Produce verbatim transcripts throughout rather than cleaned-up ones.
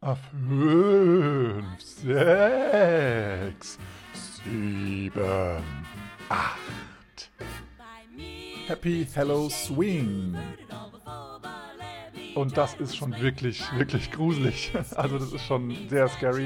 Ah, fünf, sechs, sieben, acht. Happy Hello Swing. Und das ist schon wirklich, wirklich gruselig. Also das ist schon sehr scary.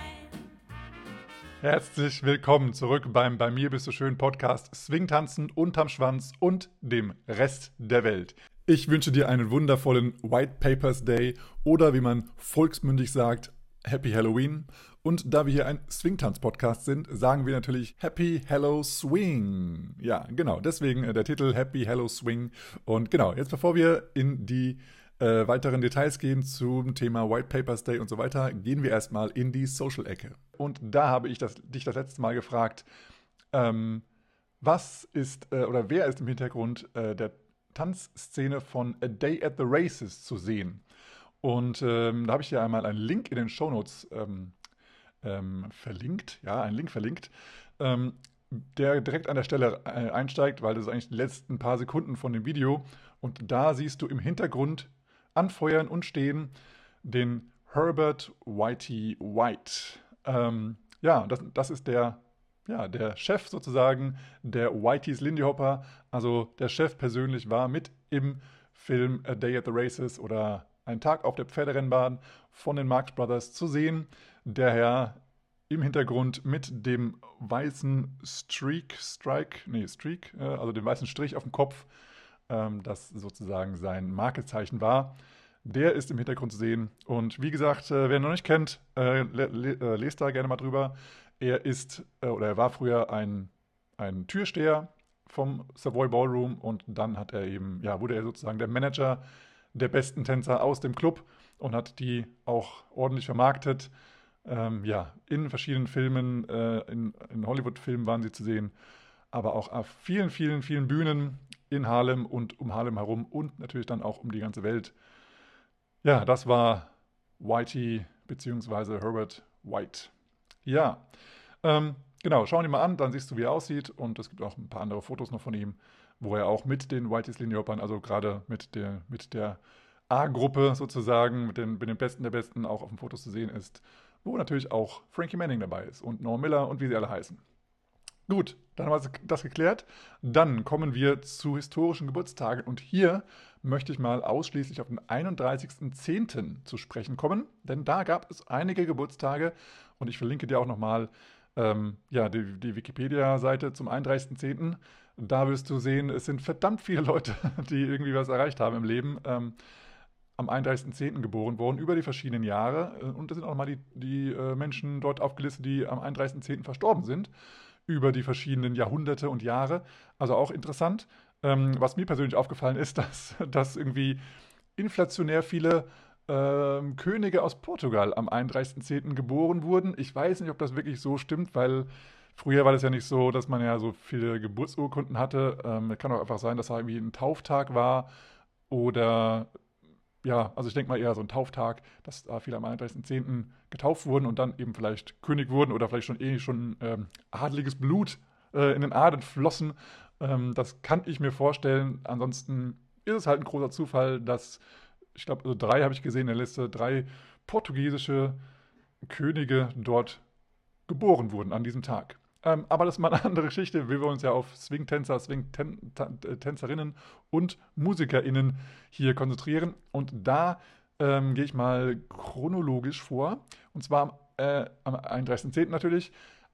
Herzlich willkommen zurück beim Bei mir bist du schön Podcast Swingtanzen unterm Schwanz und dem Rest der Welt. Ich wünsche dir einen wundervollen White Papers Day oder wie man volksmündig sagt, Happy Halloween. Und da wir hier ein Swingtanz-Podcast sind, sagen wir natürlich Happy Hello Swing. Ja, genau, deswegen äh, der Titel Happy Hello Swing. Und genau, jetzt bevor wir in die äh, weiteren Details gehen zum Thema White Papers Day und so weiter, gehen wir erstmal in die Social-Ecke. Und da habe ich das, dich das letzte Mal gefragt, ähm, was ist äh, oder wer ist im Hintergrund äh, der Tanzszene von A Day at the Races zu sehen. Und ähm, da habe ich dir einmal einen Link in den Shownotes ähm, ähm, verlinkt, ja, einen Link verlinkt, ähm, der direkt an der Stelle äh, einsteigt, weil das ist eigentlich die letzten paar Sekunden von dem Video. Und da siehst du im Hintergrund anfeuern und stehen den Herbert Whitey White. Ähm, ja, das, das ist der Ja, der Chef sozusagen der Whiteys Lindy Hopper, also der Chef persönlich war mit im Film A Day at the Races oder Ein Tag auf der Pferderennbahn von den Marx Brothers zu sehen. Der Herr im Hintergrund mit dem weißen Streak, Strike, nee, Streak, äh, also dem weißen Strich auf dem Kopf, ähm, das sozusagen sein Markezeichen war. Der ist im Hintergrund zu sehen. Und wie gesagt, äh, wer ihn noch nicht kennt, äh, le le lest da gerne mal drüber. Er ist, äh, oder er war früher ein, ein Türsteher vom Savoy Ballroom und dann hat er eben, ja, wurde er sozusagen der Manager der besten Tänzer aus dem Club und hat die auch ordentlich vermarktet. Ähm, ja, in verschiedenen Filmen, äh, in, in Hollywood-Filmen waren sie zu sehen, aber auch auf vielen, vielen, vielen Bühnen in Harlem und um Harlem herum und natürlich dann auch um die ganze Welt. Ja, das war Whitey bzw. Herbert White. Ja, ähm, genau, schau ihn dir mal an, dann siehst du, wie er aussieht. Und es gibt auch ein paar andere Fotos noch von ihm, wo er auch mit den Whiteys Lindy Hoppern, also gerade mit der, mit der A-Gruppe sozusagen, mit den, mit den Besten der Besten auch auf den Fotos zu sehen ist, wo natürlich auch Frankie Manning dabei ist und Norm Miller und wie sie alle heißen. Gut, dann haben wir das geklärt. Dann kommen wir zu historischen Geburtstagen. Und hier möchte ich mal ausschließlich auf den einunddreißigsten zehnten zu sprechen kommen, denn da gab es einige Geburtstage und ich verlinke dir auch nochmal ähm, ja, die, die Wikipedia-Seite zum einunddreißigsten zehnten. Da wirst du sehen, es sind verdammt viele Leute, die irgendwie was erreicht haben im Leben. Ähm, am einunddreißigsten zehnten geboren worden, über die verschiedenen Jahre. Und da sind auch nochmal die, die äh, Menschen dort aufgelistet, die am einunddreißigsten zehnten verstorben sind über die verschiedenen Jahrhunderte und Jahre. Also auch interessant. Ähm, was mir persönlich aufgefallen ist, dass, dass irgendwie inflationär viele ähm, Könige aus Portugal am einunddreißigsten zehnten geboren wurden. Ich weiß nicht, ob das wirklich so stimmt, weil früher war das ja nicht so, dass man ja so viele Geburtsurkunden hatte. Ähm, kann auch einfach sein, dass da irgendwie ein Tauftag war oder ja, also ich denke mal eher so ein Tauftag, dass da viele am einunddreißigsten zehnten getauft wurden und dann eben vielleicht König wurden oder vielleicht schon eh schon ähm, adliges Blut äh, in den Adern flossen. Ähm, das kann ich mir vorstellen. Ansonsten ist es halt ein großer Zufall, dass, ich glaube, also drei habe ich gesehen in der Liste, drei portugiesische Könige dort geboren wurden an diesem Tag. Ähm, aber das ist mal eine andere Geschichte. Wir wollen uns ja auf Swing-Tänzer, Swing-Tänzerinnen und MusikerInnen hier konzentrieren. Und da ähm, gehe ich mal chronologisch vor. Und zwar äh, am einunddreißigsten zehnten natürlich.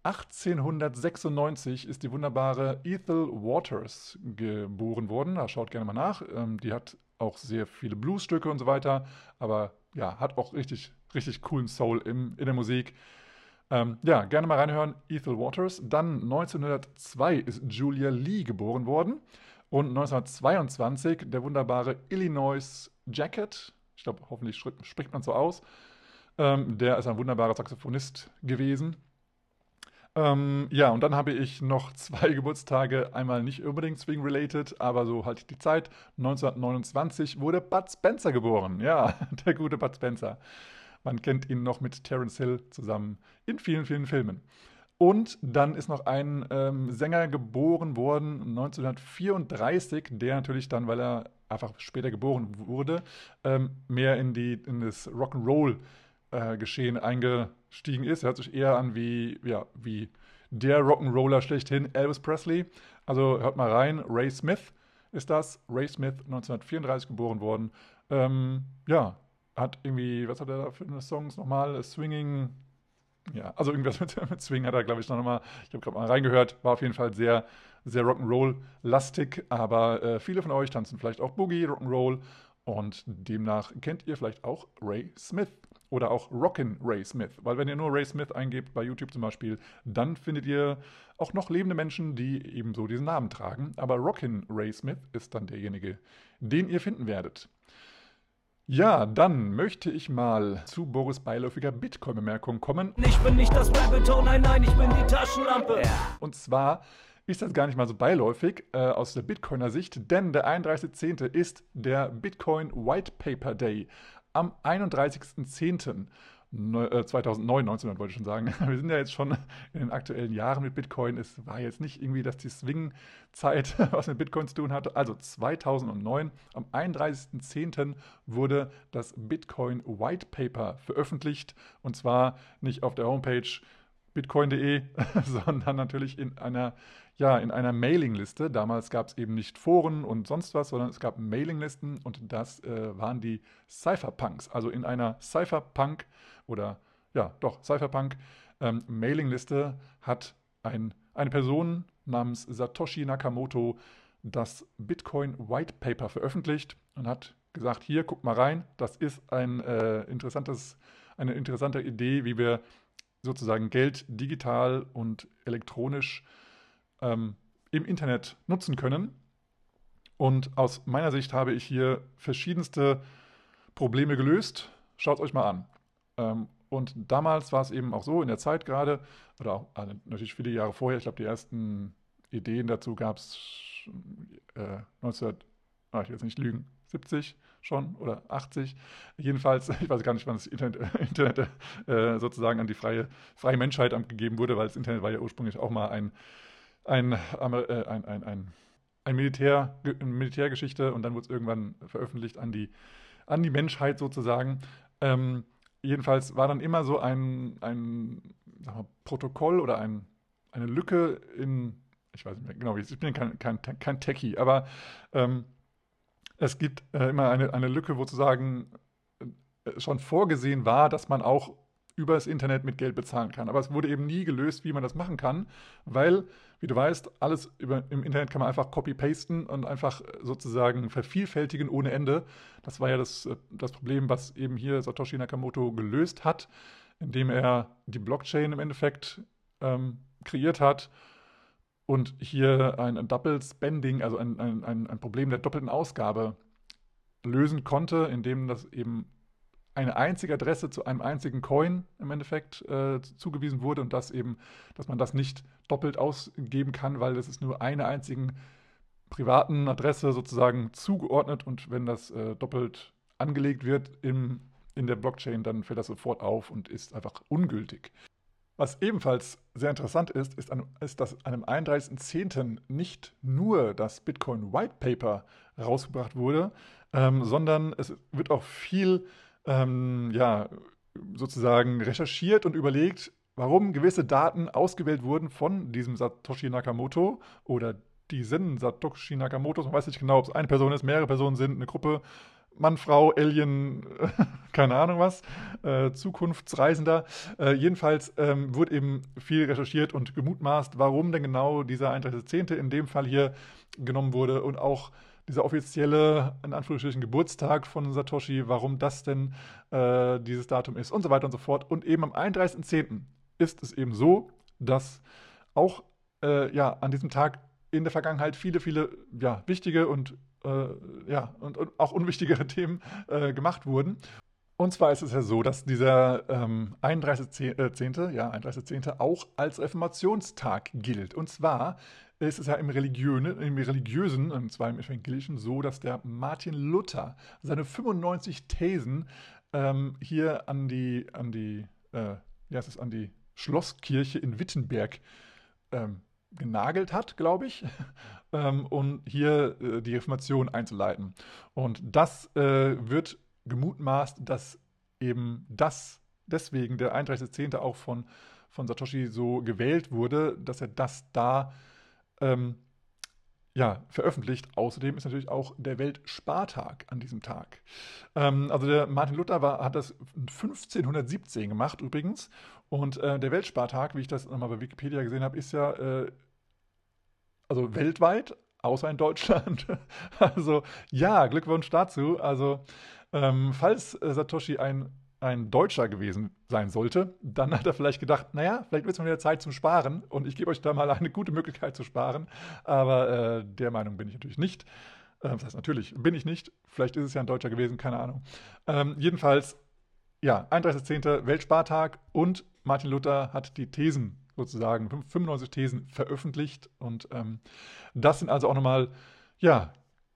achtzehnhundertsechsundneunzig ist die wunderbare Ethel Waters geboren worden. Da schaut gerne mal nach. Ähm, die hat auch sehr viele Bluesstücke und so weiter. Aber ja, hat auch richtig, richtig coolen Soul im, in der Musik. Ähm, ja, gerne mal reinhören, Ethel Waters. Dann neunzehnhundertzwei ist Julia Lee geboren worden. Und neunzehnhundertzweiundzwanzig der wunderbare Illinois Jacket. Ich glaube, hoffentlich spricht man so aus. Ähm, der ist ein wunderbarer Saxophonist gewesen. Ähm, ja, und dann habe ich noch zwei Geburtstage, einmal nicht unbedingt Swing-related, aber so halt die Zeit. neunzehnhundertneunundzwanzig wurde Bud Spencer geboren. Ja, der gute Bud Spencer. Man kennt ihn noch mit Terence Hill zusammen in vielen, vielen Filmen. Und dann ist noch ein ähm, Sänger geboren worden, neunzehnhundertvierunddreißig, der natürlich dann, weil er einfach später geboren wurde, ähm, mehr in, die, in das Rock'n'Roll Hip-Hop-Geschehen äh, eingestiegen ist. Er hört sich eher an wie, ja, wie der Rock'n'Roller schlechthin, Elvis Presley. Also hört mal rein, Ray Smith ist das. Ray Smith, neunzehnhundertvierunddreißig geboren worden. Ähm, ja, hat irgendwie, was hat er da für eine Songs nochmal? Swinging, ja, also irgendwas mit, mit Swing hat er, glaube ich, noch mal, ich habe gerade mal reingehört, war auf jeden Fall sehr, sehr Rock'n'Roll-lastig, aber äh, viele von euch tanzen vielleicht auch Boogie, Rock'n'Roll und demnach kennt ihr vielleicht auch Ray Smith oder auch Rockin' Ray Smith, weil wenn ihr nur Ray Smith eingebt, bei YouTube zum Beispiel, dann findet ihr auch noch lebende Menschen, die ebenso diesen Namen tragen, aber Rockin' Ray Smith ist dann derjenige, den ihr finden werdet. Ja, dann möchte ich mal zu Boris beiläufiger Bitcoin-Bemerkung kommen. Ich bin nicht das Rabbit-Hole, nein, nein, ich bin die Taschenlampe. Ja. Und zwar ist das gar nicht mal so beiläufig äh, aus der Bitcoiner Sicht, denn der einunddreißigster zehnte ist der Bitcoin White Paper Day. Am einunddreißigsten zehnten zweitausendneun, neunzehnhundert wollte ich schon sagen. Wir sind ja jetzt schon in den aktuellen Jahren mit Bitcoin. Es war jetzt nicht irgendwie, dass die Swing-Zeit was mit Bitcoin zu tun hatte. Also zweitausendneun, am einunddreißigsten zehnten wurde das Bitcoin White Paper veröffentlicht. Und zwar nicht auf der Homepage bitcoin punkt de, sondern natürlich in einer, ja, in einer Mailingliste. Damals gab es eben nicht Foren und sonst was, sondern es gab Mailinglisten und das äh, waren die Cypherpunks. Also in einer Cypherpunk oder ja, doch, Cypherpunk ähm, Mailingliste hat ein, eine Person namens Satoshi Nakamoto das Bitcoin White Paper veröffentlicht und hat gesagt, hier, guck mal rein, das ist ein, äh, interessantes, eine interessante Idee, wie wir sozusagen Geld digital und elektronisch ähm, im Internet nutzen können. Und aus meiner Sicht habe ich hier verschiedenste Probleme gelöst. Schaut es euch mal an. Ähm, und damals war es eben auch so, in der Zeit gerade, oder auch also natürlich viele Jahre vorher, ich glaube, die ersten Ideen dazu gab es äh, neunzehn, ah, ich will jetzt nicht lügen, siebzig schon oder achtzig. Jedenfalls, ich weiß gar nicht, wann das Internet, Internet äh, sozusagen an die freie, freie Menschheit gegeben wurde, weil das Internet war ja ursprünglich auch mal ein, ein, äh, ein, ein, ein, ein Militär, eine Militärgeschichte und dann wurde es irgendwann veröffentlicht an die, an die Menschheit sozusagen. Ähm, jedenfalls war dann immer so ein, ein sag mal, Protokoll oder ein, eine Lücke in, ich weiß nicht mehr genau, ich bin kein, kein, kein Techie, aber ähm, es gibt äh, immer eine, eine Lücke, wo sozusagen äh, schon vorgesehen war, dass man auch über das Internet mit Geld bezahlen kann. Aber es wurde eben nie gelöst, wie man das machen kann, weil, wie du weißt, alles über, im Internet kann man einfach copy-pasten und einfach sozusagen vervielfältigen ohne Ende. Das war ja das, das Problem, was eben hier Satoshi Nakamoto gelöst hat, indem er die Blockchain im Endeffekt ähm, kreiert hat und hier ein Double Spending, also ein, ein, ein Problem der doppelten Ausgabe lösen konnte, indem das eben eine einzige Adresse zu einem einzigen Coin im Endeffekt äh, zugewiesen wurde und das eben, dass man das nicht doppelt ausgeben kann, weil es ist nur einer einzigen privaten Adresse sozusagen zugeordnet und wenn das äh, doppelt angelegt wird im, in der Blockchain, dann fällt das sofort auf und ist einfach ungültig. Was ebenfalls sehr interessant ist, ist, an, ist dass an dem einunddreißigsten zehnten nicht nur das Bitcoin White Paper rausgebracht wurde, ähm, sondern es wird auch viel ähm, ja, sozusagen recherchiert und überlegt, warum gewisse Daten ausgewählt wurden von diesem Satoshi Nakamoto oder diesen Satoshi Nakamotos. Man weiß nicht genau, ob es eine Person ist, mehrere Personen sind, eine Gruppe, Mann, Frau, Alien, keine Ahnung was, äh, Zukunftsreisender. Äh, jedenfalls ähm, wurde eben viel recherchiert und gemutmaßt, warum denn genau dieser einunddreißigste zehnte in dem Fall hier genommen wurde und auch dieser offizielle, in Anführungsstrichen, Geburtstag von Satoshi, warum das denn äh, dieses Datum ist und so weiter und so fort. Und eben am einunddreißigsten zehnten ist es eben so, dass auch äh, ja, an diesem Tag in der Vergangenheit viele, viele ja, wichtige und, äh, ja, und, und auch unwichtigere Themen äh, gemacht wurden. Und zwar ist es ja so, dass dieser ähm, einunddreißigste zehnte Ja, einunddreißigste zehnte auch als Reformationstag gilt. Und zwar ist es ja im, Religiöne, im Religiösen, und zwar im Evangelischen, so, dass der Martin Luther seine fünfundneunzig Thesen ähm, hier an die, an die, äh, ja, es ist an die Schlosskirche in Wittenberg ähm, genagelt hat, glaube ich, ähm, um hier äh, die Reformation einzuleiten. Und das äh, wird gemutmaßt, dass eben das deswegen der einunddreißigster zehnte auch von, von Satoshi so gewählt wurde, dass er das da ähm, ja, veröffentlicht. Außerdem ist natürlich auch der Weltspartag an diesem Tag. Ähm, also der Martin Luther war, hat das fünfzehnhundertsiebzehn gemacht übrigens. Und äh, der Weltspartag, wie ich das nochmal bei Wikipedia gesehen habe, ist ja äh, also weltweit, außer in Deutschland. Also ja, Glückwunsch dazu. Also ähm, falls äh, Satoshi ein, ein Deutscher gewesen sein sollte, dann hat er vielleicht gedacht, naja, vielleicht wird es mal wieder Zeit zum Sparen und ich gebe euch da mal eine gute Möglichkeit zu sparen. Aber äh, der Meinung bin ich natürlich nicht. Äh, das heißt, natürlich bin ich nicht. Vielleicht ist es ja ein Deutscher gewesen, keine Ahnung. Ähm, jedenfalls, ja, einunddreißigster zehnte Weltspartag und Martin Luther hat die Thesen sozusagen, fünfundneunzig Thesen veröffentlicht und ähm, das sind also auch nochmal, ja,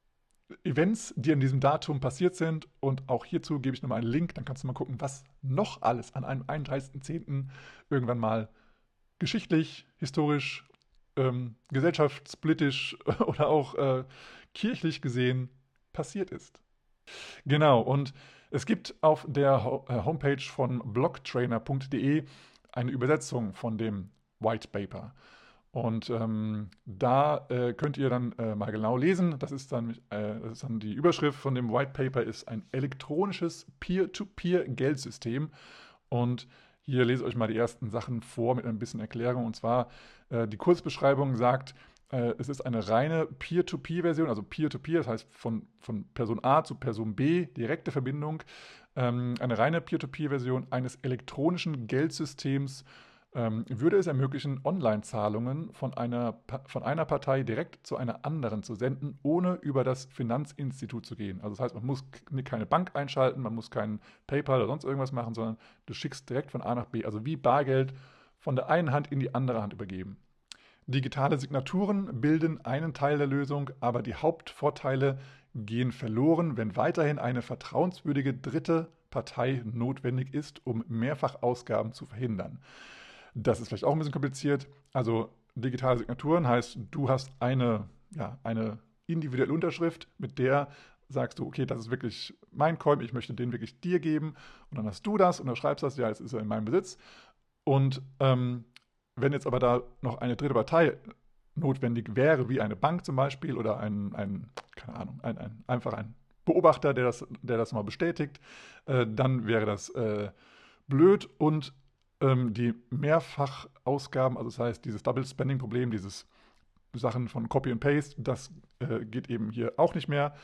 Events, die an diesem Datum passiert sind und auch hierzu gebe ich nochmal einen Link, dann kannst du mal gucken, was noch alles an einem einunddreißigsten zehnten irgendwann mal geschichtlich, historisch, ähm, gesellschaftspolitisch oder auch äh, kirchlich gesehen passiert ist. Genau, und es gibt auf der Ho- äh, Homepage von blocktrainer punkt de eine Übersetzung von dem White Paper. Und ähm, da äh, könnt ihr dann äh, mal genau lesen. Das ist dann, äh, das ist dann die Überschrift von dem White Paper, ist ein elektronisches Peer-to-Peer-Geldsystem. Und hier lese ich euch mal die ersten Sachen vor mit ein bisschen Erklärung. Und zwar, äh, die Kurzbeschreibung sagt, äh, es ist eine reine Peer-to-Peer-Version, also Peer-to-Peer, das heißt von, von Person A zu Person B, direkte Verbindung. Ähm, eine reine Peer-to-Peer-Version eines elektronischen Geldsystems ähm, würde es ermöglichen, Online-Zahlungen von einer, Pa- von einer Partei direkt zu einer anderen zu senden, ohne über das Finanzinstitut zu gehen. Also das heißt, man muss k- keine Bank einschalten, man muss keinen PayPal oder sonst irgendwas machen, sondern du schickst direkt von A nach B, also wie Bargeld von der einen Hand in die andere Hand übergeben. Digitale Signaturen bilden einen Teil der Lösung, aber die Hauptvorteile gehen verloren, wenn weiterhin eine vertrauenswürdige dritte Partei notwendig ist, um Mehrfachausgaben zu verhindern. Das ist vielleicht auch ein bisschen kompliziert. Also digitale Signaturen heißt, du hast eine, ja, eine individuelle Unterschrift, mit der sagst du, okay, das ist wirklich mein Coin, ich möchte den wirklich dir geben. Und dann hast du das und dann schreibst das, ja, jetzt ist er in meinem Besitz. Und ähm, wenn jetzt aber da noch eine dritte Partei notwendig wäre, wie eine Bank zum Beispiel oder ein, ein keine Ahnung, ein, ein, einfach ein Beobachter, der das, der das mal bestätigt, äh, dann wäre das äh, blöd und ähm, die Mehrfachausgaben, also das heißt, dieses Double-Spending-Problem, dieses Sachen von Copy and Paste, das äh, geht eben hier auch nicht mehr.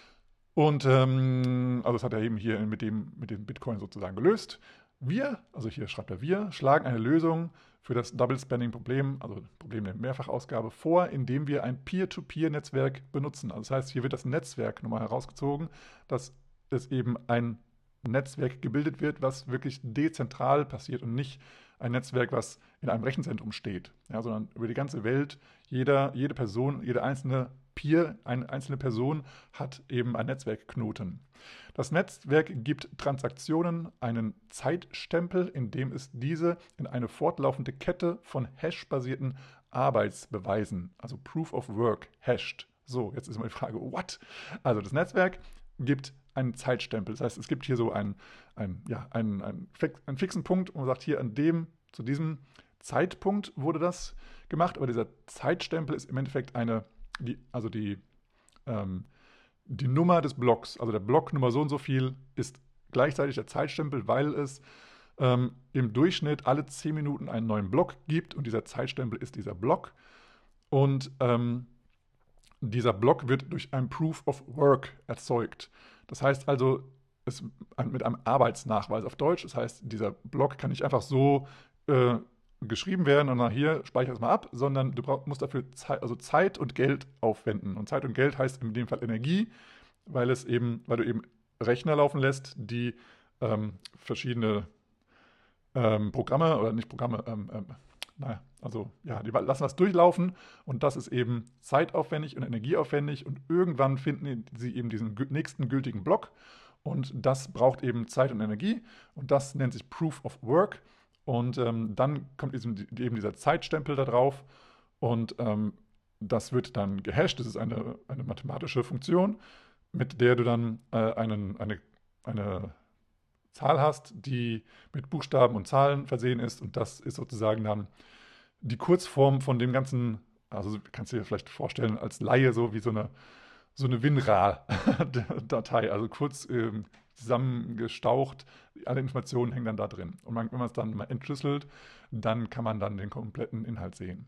Und ähm, also das hat er eben hier mit dem, mit dem Bitcoin sozusagen gelöst. Wir, also hier schreibt er wir, schlagen eine Lösung für das Double-Spending-Problem, also Problem der Mehrfachausgabe, vor, indem wir ein Peer-to-Peer-Netzwerk benutzen. Also das heißt, hier wird das Netzwerk nochmal herausgezogen, dass es eben ein Netzwerk gebildet wird, was wirklich dezentral passiert und nicht ein Netzwerk, was in einem Rechenzentrum steht, ja, sondern über die ganze Welt, jeder, jede Person, jede einzelne Peer, eine einzelne Person hat eben ein Netzwerkknoten. Das Netzwerk gibt Transaktionen einen Zeitstempel, indem es diese in eine fortlaufende Kette von hash-basierten Arbeitsbeweisen, also Proof of Work, hasht. So, jetzt ist mal die Frage, what? Also das Netzwerk gibt einen Zeitstempel. Das heißt, es gibt hier so einen, einen, ja, einen, einen, einen fixen Punkt und man sagt hier an dem, zu diesem Zeitpunkt wurde das gemacht, aber dieser Zeitstempel ist im Endeffekt eine, die, also die, ähm, die Nummer des Blocks, also der Block Nummer so und so viel ist gleichzeitig der Zeitstempel, weil es ähm, im Durchschnitt alle zehn Minuten einen neuen Block gibt und dieser Zeitstempel ist dieser Block und ähm, dieser Block wird durch ein Proof of Work erzeugt. Das heißt also, es mit einem Arbeitsnachweis auf Deutsch. Das heißt, dieser Block kann nicht einfach so äh, geschrieben werden und nach hier speichere es mal ab, sondern du brauch, musst dafür Zeit, also Zeit und Geld aufwenden. Und Zeit und Geld heißt in dem Fall Energie, weil es eben, weil du eben Rechner laufen lässt, die ähm, verschiedene ähm, Programme oder nicht Programme, ähm, ähm, naja, also ja, die lassen was durchlaufen und das ist eben zeitaufwendig und energieaufwendig und irgendwann finden sie eben diesen nächsten gültigen Block und das braucht eben Zeit und Energie und das nennt sich Proof of Work und ähm, dann kommt eben, eben dieser Zeitstempel da drauf und ähm, das wird dann gehasht, das ist eine, eine mathematische Funktion, mit der du dann äh, einen, eine, eine Zahl hast, die mit Buchstaben und Zahlen versehen ist. Und das ist sozusagen dann die Kurzform von dem ganzen, also kannst du dir vielleicht vorstellen, als Laie so wie so eine, so eine WinRAR-Datei, also kurz ähm, zusammengestaucht. Alle Informationen hängen dann da drin. Und man, wenn man es dann mal entschlüsselt, dann kann man dann den kompletten Inhalt sehen.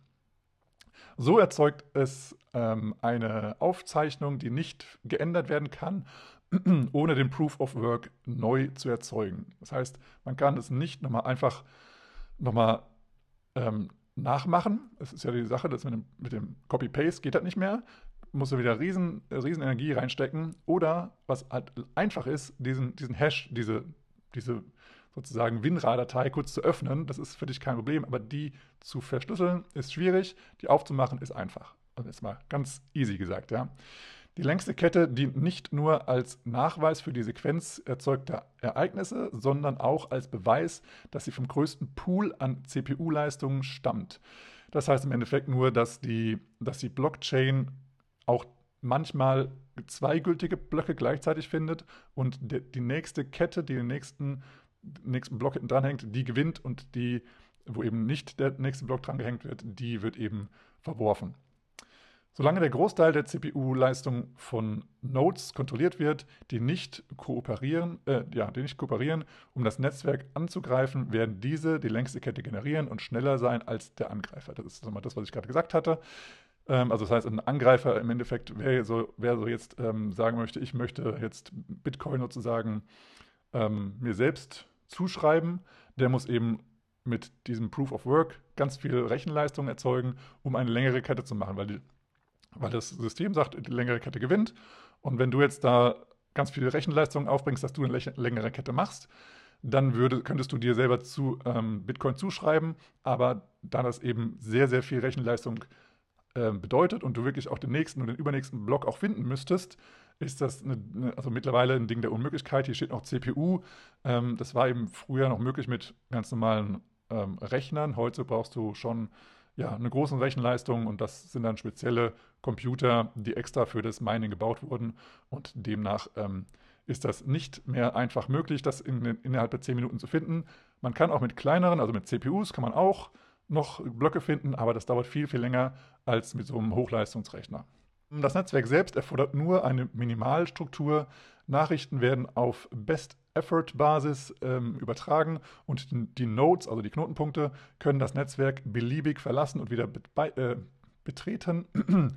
So erzeugt es ähm, eine Aufzeichnung, die nicht geändert werden kann, ohne den Proof of Work neu zu erzeugen. Das heißt, man kann es nicht nochmal einfach nochmal ähm, nachmachen. Es ist ja die Sache, dass mit dem, mit dem Copy-Paste geht das nicht mehr. Muss er wieder riesen, riesen Energie reinstecken. Oder, was halt einfach ist, diesen, diesen Hash, diese, diese sozusagen WinRAR-Datei kurz zu öffnen. Das ist für dich kein Problem, aber die zu verschlüsseln ist schwierig. Die aufzumachen ist einfach. Also jetzt mal ganz easy gesagt, ja. Die längste Kette dient nicht nur als Nachweis für die Sequenz erzeugter Ereignisse, sondern auch als Beweis, dass sie vom größten Pool an C P U-Leistungen stammt. Das heißt im Endeffekt nur, dass die, dass die Blockchain auch manchmal zwei gültige Blöcke gleichzeitig findet und de, die nächste Kette, die den nächsten, den nächsten Block hinten dranhängt, die gewinnt und die, wo eben nicht der nächste Block dran gehängt wird, die wird eben verworfen. Solange der Großteil der C P U-Leistung von Nodes kontrolliert wird, die nicht kooperieren, äh, ja, die nicht kooperieren, um das Netzwerk anzugreifen, werden diese die längste Kette generieren und schneller sein als der Angreifer. Das ist nochmal das, was ich gerade gesagt hatte. Ähm, also das heißt, ein Angreifer im Endeffekt, wer so, wer so jetzt ähm, sagen möchte, ich möchte jetzt Bitcoin sozusagen ähm, mir selbst zuschreiben, der muss eben mit diesem Proof of Work ganz viel Rechenleistung erzeugen, um eine längere Kette zu machen, weil die Weil das System sagt, die längere Kette gewinnt. Und wenn du jetzt da ganz viele Rechenleistungen aufbringst, dass du eine längere Kette machst, dann würde, könntest du dir selber zu ähm, Bitcoin zuschreiben. Aber da das eben sehr, sehr viel Rechenleistung äh, bedeutet und du wirklich auch den nächsten und den übernächsten Block auch finden müsstest, ist das eine, eine, also mittlerweile ein Ding der Unmöglichkeit. Hier steht noch C P U. Ähm, das war eben früher noch möglich mit ganz normalen ähm, Rechnern. Heute brauchst du schon ja, eine große Rechenleistung und das sind dann spezielle Computer, die extra für das Mining gebaut wurden und demnach ähm, ist das nicht mehr einfach möglich, das in, innerhalb der zehn Minuten zu finden. Man kann auch mit kleineren, also mit C P Us, kann man auch noch Blöcke finden, aber das dauert viel, viel länger als mit so einem Hochleistungsrechner. Das Netzwerk selbst erfordert nur eine Minimalstruktur. Nachrichten werden auf Best-Effort-Basis ähm, übertragen und die Nodes, also die Knotenpunkte, können das Netzwerk beliebig verlassen und wieder be äh, betreten,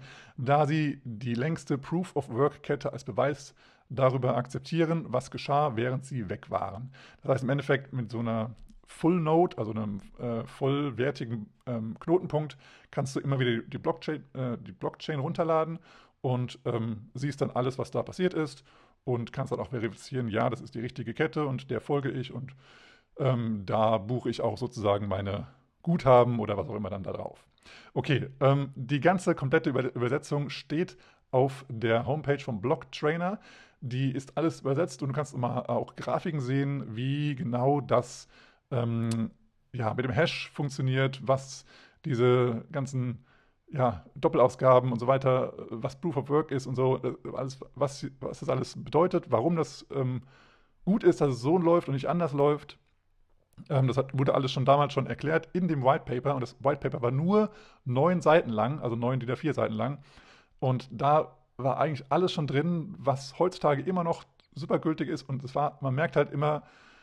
da sie die längste Proof-of-Work-Kette als Beweis darüber akzeptieren, was geschah, während sie weg waren. Das heißt im Endeffekt mit so einer Full Node, also einem äh, vollwertigen ähm, Knotenpunkt, kannst du immer wieder die Blockchain, äh, die Blockchain runterladen und ähm, siehst dann alles, was da passiert ist und kannst dann auch verifizieren, ja, das ist die richtige Kette und der folge ich und ähm, da buche ich auch sozusagen meine Guthaben oder was auch immer dann da drauf. Okay, ähm, die ganze komplette Über Übersetzung steht auf der Homepage vom Blocktrainer. Die ist alles übersetzt und du kannst immer auch Grafiken sehen, wie genau das ähm, ja, mit dem Hash funktioniert, was diese ganzen ja, Doppelausgaben und so weiter, was Proof of Work ist und so, alles, was, was das alles bedeutet, warum das ähm, gut ist, dass es so läuft und nicht anders läuft. Ähm, das hat, wurde alles schon damals schon erklärt in dem White Paper und das White Paper war nur neun Seiten lang, also neun D I N A vier Seiten lang und da war eigentlich alles schon drin, was heutzutage immer noch super gültig ist und es war, man merkt halt immer,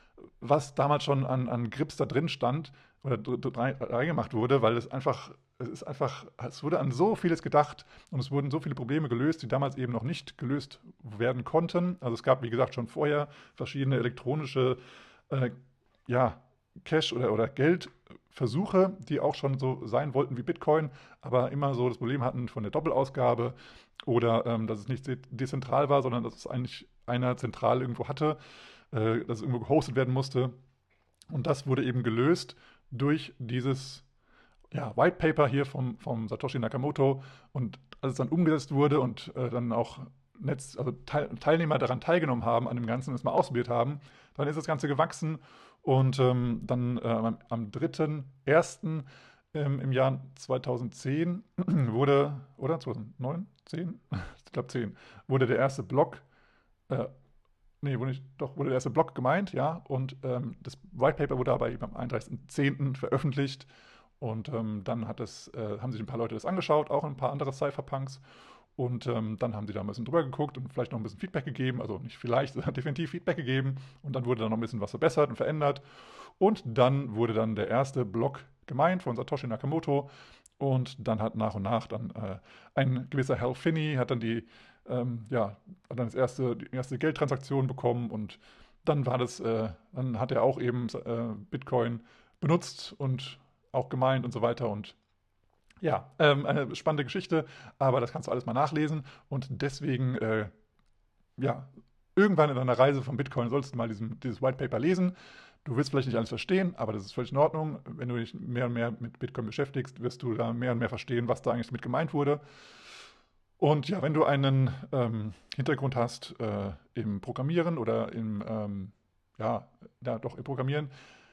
was damals schon an, an Grips da drin stand oder reingemacht wurde, weil es einfach, es ist einfach, es wurde an so vieles gedacht und es wurden so viele Probleme gelöst, die damals eben noch nicht gelöst werden konnten. Also es gab, wie gesagt, schon vorher verschiedene elektronische äh, ja, Cash- oder, oder Geldversuche, die auch schon so sein wollten wie Bitcoin, aber immer so das Problem hatten von der Doppelausgabe oder ähm, dass es nicht dezentral war, sondern dass es eigentlich einer zentral irgendwo hatte, äh, dass es irgendwo gehostet werden musste. Und das wurde eben gelöst durch dieses ja, White Paper hier vom, vom Satoshi Nakamoto. Und als es dann umgesetzt wurde und äh, dann auch Netz, also Teil, Teilnehmer daran teilgenommen haben, an dem Ganzen, das mal ausprobiert haben, dann ist das Ganze gewachsen. Und ähm, dann äh, am, am dritten ersten Ähm, im Jahr zweitausendzehn wurde, oder zweitausendneun, zehn? Ich glaube zehn, wurde der erste Block äh, nee, wurde nicht, doch, wurde der erste Block gemeint, ja. Und ähm, das White Paper wurde aber eben am einunddreißigsten zehnten veröffentlicht. Und ähm, dann hat es, äh, haben sich ein paar Leute das angeschaut, auch ein paar andere Cypherpunks. Und ähm, dann haben sie da ein bisschen drüber geguckt und vielleicht noch ein bisschen Feedback gegeben. Also nicht vielleicht, sondern definitiv Feedback gegeben. Und dann wurde da noch ein bisschen was verbessert und verändert. Und dann wurde dann der erste Block gemeint von Satoshi Nakamoto. Und dann hat nach und nach dann äh, ein gewisser Hal Finney hat dann die, ähm, ja, hat dann das erste, die erste Geldtransaktion bekommen. Und dann war das, äh, dann hat er auch eben äh, Bitcoin benutzt und auch gemeint und so weiter. Und ja, ähm, eine spannende Geschichte, aber das kannst du alles mal nachlesen. Und deswegen, äh, ja, irgendwann in deiner Reise von Bitcoin solltest du mal diesen, dieses White Paper lesen. Du wirst vielleicht nicht alles verstehen, aber das ist völlig in Ordnung. Wenn du dich mehr und mehr mit Bitcoin beschäftigst, wirst du da mehr und mehr verstehen, was da eigentlich damit gemeint wurde. Und ja, wenn du einen ähm, Hintergrund hast äh, im Programmieren oder im, ähm, ja, ja, doch im Programmieren,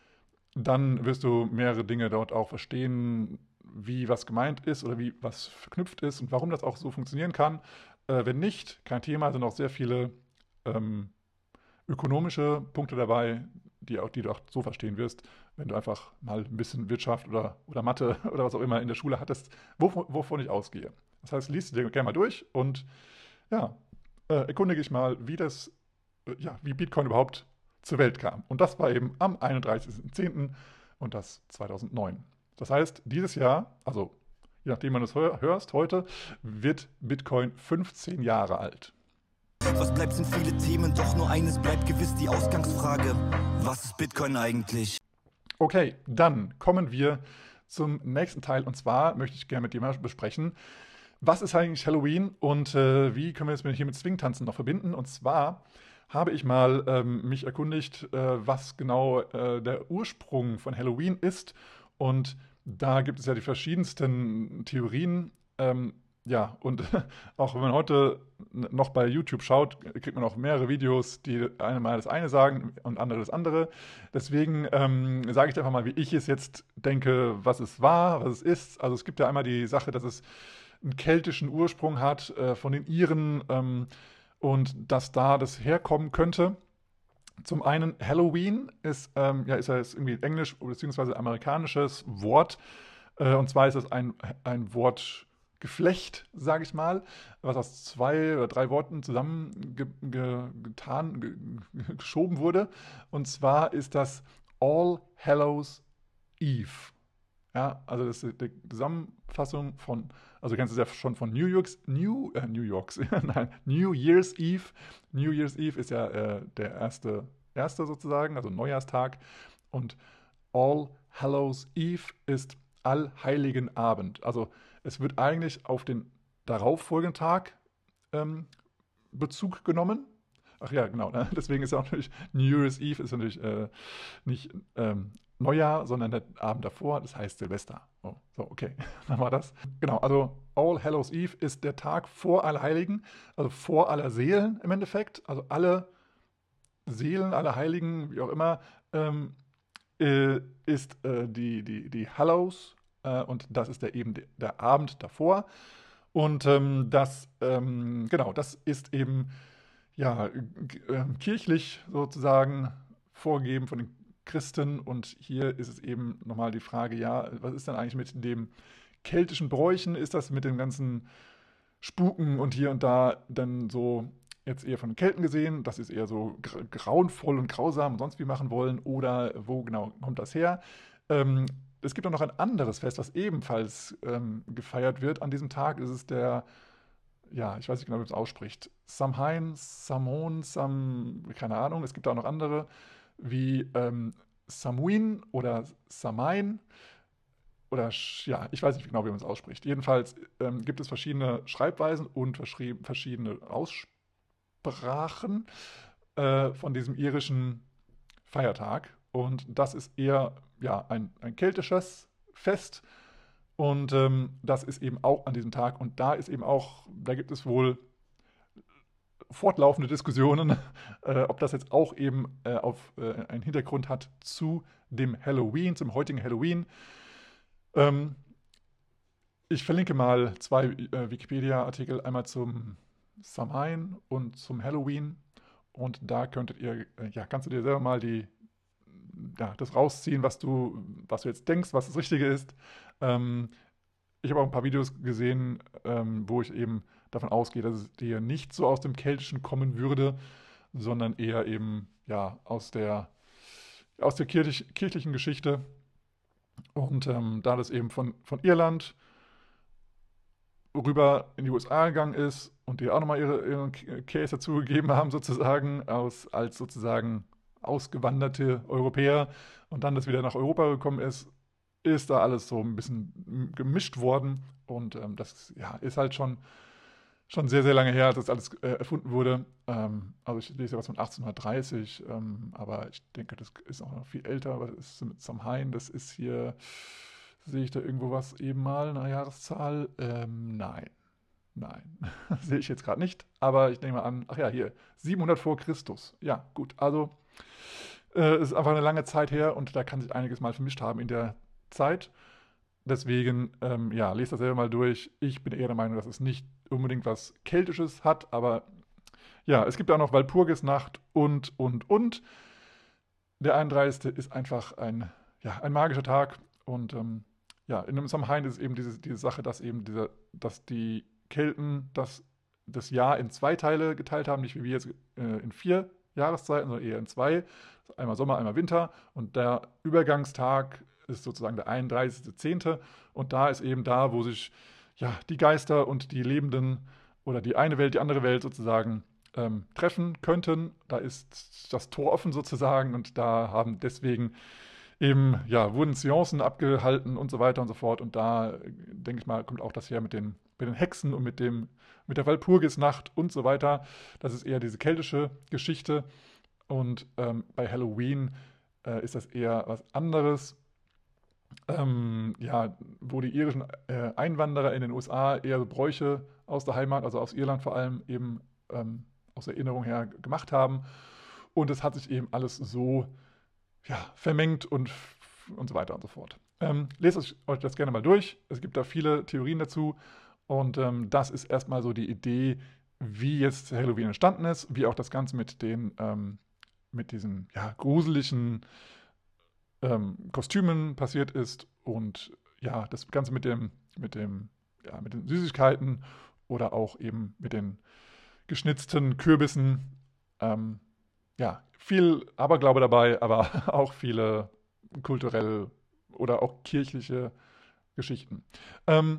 dann wirst du mehrere Dinge dort auch verstehen, wie was gemeint ist oder wie was verknüpft ist und warum das auch so funktionieren kann. Äh, wenn nicht, kein Thema, sind auch sehr viele ähm, ökonomische Punkte dabei, die, auch, die du auch so verstehen wirst, wenn du einfach mal ein bisschen Wirtschaft oder, oder Mathe oder was auch immer in der Schule hattest, wovon, wovon ich ausgehe. Das heißt, liest dir gerne mal durch und ja, äh, erkundige dich mal, wie das, äh, ja, wie Bitcoin überhaupt zur Welt kam. Und das war eben am einunddreißigsten zehnten und das zweitausendneun. Das heißt, dieses Jahr, also je nachdem man es hörst, heute wird Bitcoin fünfzehn Jahre alt. Was bleibt, sind viele Themen, doch nur eines bleibt gewiss, die Ausgangsfrage. Was ist Bitcoin eigentlich? Okay, dann kommen wir zum nächsten Teil. Und zwar möchte ich gerne mit dir mal besprechen, was ist eigentlich Halloween und äh, wie können wir das hier mit Swingtanzen noch verbinden? Und zwar habe ich mal ähm, mich erkundigt, äh, was genau äh, der Ursprung von Halloween ist. Und da gibt es ja die verschiedensten Theorien. Ähm, ja, und auch wenn man heute noch bei YouTube schaut, kriegt man auch mehrere Videos, die eine mal das eine sagen und andere das andere. Deswegen ähm, sage ich einfach mal, wie ich es jetzt denke, was es war, was es ist. Also es gibt ja einmal die Sache, dass es einen keltischen Ursprung hat äh, von den Iren ähm, und dass da das herkommen könnte. Zum einen Halloween ist, ähm, ja, ist ja jetzt irgendwie englisch bzw. amerikanisches Wort. Äh, und zwar ist es ein, ein Wortgeflecht, sage ich mal, was aus zwei oder drei Worten zusammengetan, ge, ge, geschoben wurde. Und zwar ist das All Hallows Eve. Ja, also das ist die Zusammenfassung von, also du kennst es ja schon von New York's, New, äh, New York's, nein, New Year's Eve. New Year's Eve ist ja äh, der erste, erste sozusagen, also Neujahrstag. Und All Hallows Eve ist Allheiligen Abend. Also es wird eigentlich auf den darauffolgenden Tag ähm, Bezug genommen. Ach ja, genau, ne? Deswegen ist ja auch natürlich New Year's Eve ist natürlich äh, nicht ähm, Neujahr, sondern der Abend davor, das heißt Silvester. Oh, so, okay, dann war das. Genau, also All Hallows Eve ist der Tag vor Allerheiligen, also vor aller Seelen im Endeffekt. Also alle Seelen, alle Heiligen, wie auch immer, ähm, äh, ist äh, die, die, die Hallows äh, und das ist der, eben der Abend davor. Und ähm, das, ähm, genau, das ist eben ja, äh, kirchlich sozusagen vorgegeben von den Christen. Und hier ist es eben nochmal die Frage, ja, was ist denn eigentlich mit dem keltischen Bräuchen? Ist das mit dem ganzen Spuken und hier und da dann so jetzt eher von den Kelten gesehen, dass sie es eher so grauenvoll und grausam und sonst wie machen wollen? Oder wo genau kommt das her? Ähm, es gibt auch noch ein anderes Fest, was ebenfalls ähm, gefeiert wird. An diesem Tag ist es der, ja, ich weiß nicht genau, wie man es ausspricht, Samhain, Samon, Sam, keine Ahnung. Es gibt auch noch andere, wie ähm, Samuin oder Samain. Oder, ja, ich weiß nicht genau, wie man es ausspricht. Jedenfalls ähm, gibt es verschiedene Schreibweisen und verschiedene Aussprachen äh, von diesem irischen Feiertag. Und das ist eher ja, ein, ein keltisches Fest. Und ähm, das ist eben auch an diesem Tag. Und da ist eben auch, da gibt es wohl fortlaufende Diskussionen, äh, ob das jetzt auch eben äh, auf äh, einen Hintergrund hat zu dem Halloween, zum heutigen Halloween. Ähm, ich verlinke mal zwei äh, Wikipedia-Artikel, einmal zum Samhain und zum Halloween. Und da könntet ihr, äh, ja, kannst du dir selber mal die, ja, das rausziehen, was du, was du jetzt denkst, was das Richtige ist. Ähm, ich habe auch ein paar Videos gesehen, ähm, wo ich eben davon ausgehe, dass es dir nicht so aus dem Keltischen kommen würde, sondern eher eben ja, aus der, aus der kirchlich, kirchlichen Geschichte. Und ähm, da das eben von, von Irland rüber in die U S A gegangen ist und die auch nochmal ihre, ihren Case dazugegeben haben, sozusagen, aus, als sozusagen ausgewanderte Europäer und dann das wieder nach Europa gekommen ist, ist da alles so ein bisschen gemischt worden. Und ähm, das ja, ist halt schon, schon sehr, sehr lange her, als das alles äh, erfunden wurde. Ähm, also ich lese ja was von achtzehnhundertdreißig, ähm, aber ich denke, das ist auch noch viel älter. Was ist mit Samhain? Das ist hier, sehe ich da irgendwo was eben mal, eine Jahreszahl? Ähm, nein. Nein, sehe ich jetzt gerade nicht, aber ich nehme an, ach ja, hier, siebenhundert vor Christus. Ja, gut, also äh, es ist einfach eine lange Zeit her und da kann sich einiges mal vermischt haben in der Zeit. Deswegen, ähm, ja, lest das selber mal durch. Ich bin eher der Meinung, dass es nicht unbedingt was Keltisches hat, aber ja, es gibt auch noch Walpurgisnacht und, und, und. Der einunddreißigste ist einfach ein, ja, ein magischer Tag und ähm, ja, in einem Samhain ist es eben diese, diese Sache, dass eben diese, dass die Kelten das, das Jahr in zwei Teile geteilt haben, nicht wie wir jetzt äh, in vier Jahreszeiten, sondern eher in zwei. Einmal Sommer, einmal Winter. Und der Übergangstag ist sozusagen der einunddreißigste zehnte Und da ist eben da, wo sich ja, die Geister und die Lebenden oder die eine Welt, die andere Welt sozusagen ähm, treffen könnten. Da ist das Tor offen sozusagen und da haben deswegen eben, ja, wurden Seancen abgehalten und so weiter und so fort. Und da, denke ich mal, kommt auch das her mit den, mit den Hexen und mit, dem, mit der Walpurgisnacht und so weiter. Das ist eher diese keltische Geschichte. Und ähm, bei Halloween äh, ist das eher was anderes. Ähm, ja, wo die irischen äh, Einwanderer in den U S A eher so Bräuche aus der Heimat, also aus Irland vor allem, eben ähm, aus Erinnerung her gemacht haben. Und es hat sich eben alles so ja, vermengt und, und so weiter und so fort. Ähm, lest euch das gerne mal durch. Es gibt da viele Theorien dazu. Und ähm, das ist erstmal so die Idee, wie jetzt Halloween entstanden ist, wie auch das Ganze mit den, ähm, mit diesen ja, gruseligen ähm, Kostümen passiert ist. Und ja, das Ganze mit dem, mit dem, ja, mit den Süßigkeiten oder auch eben mit den geschnitzten Kürbissen. Ähm, ja, viel Aberglaube dabei, aber auch viele kulturelle oder auch kirchliche Geschichten. Ähm,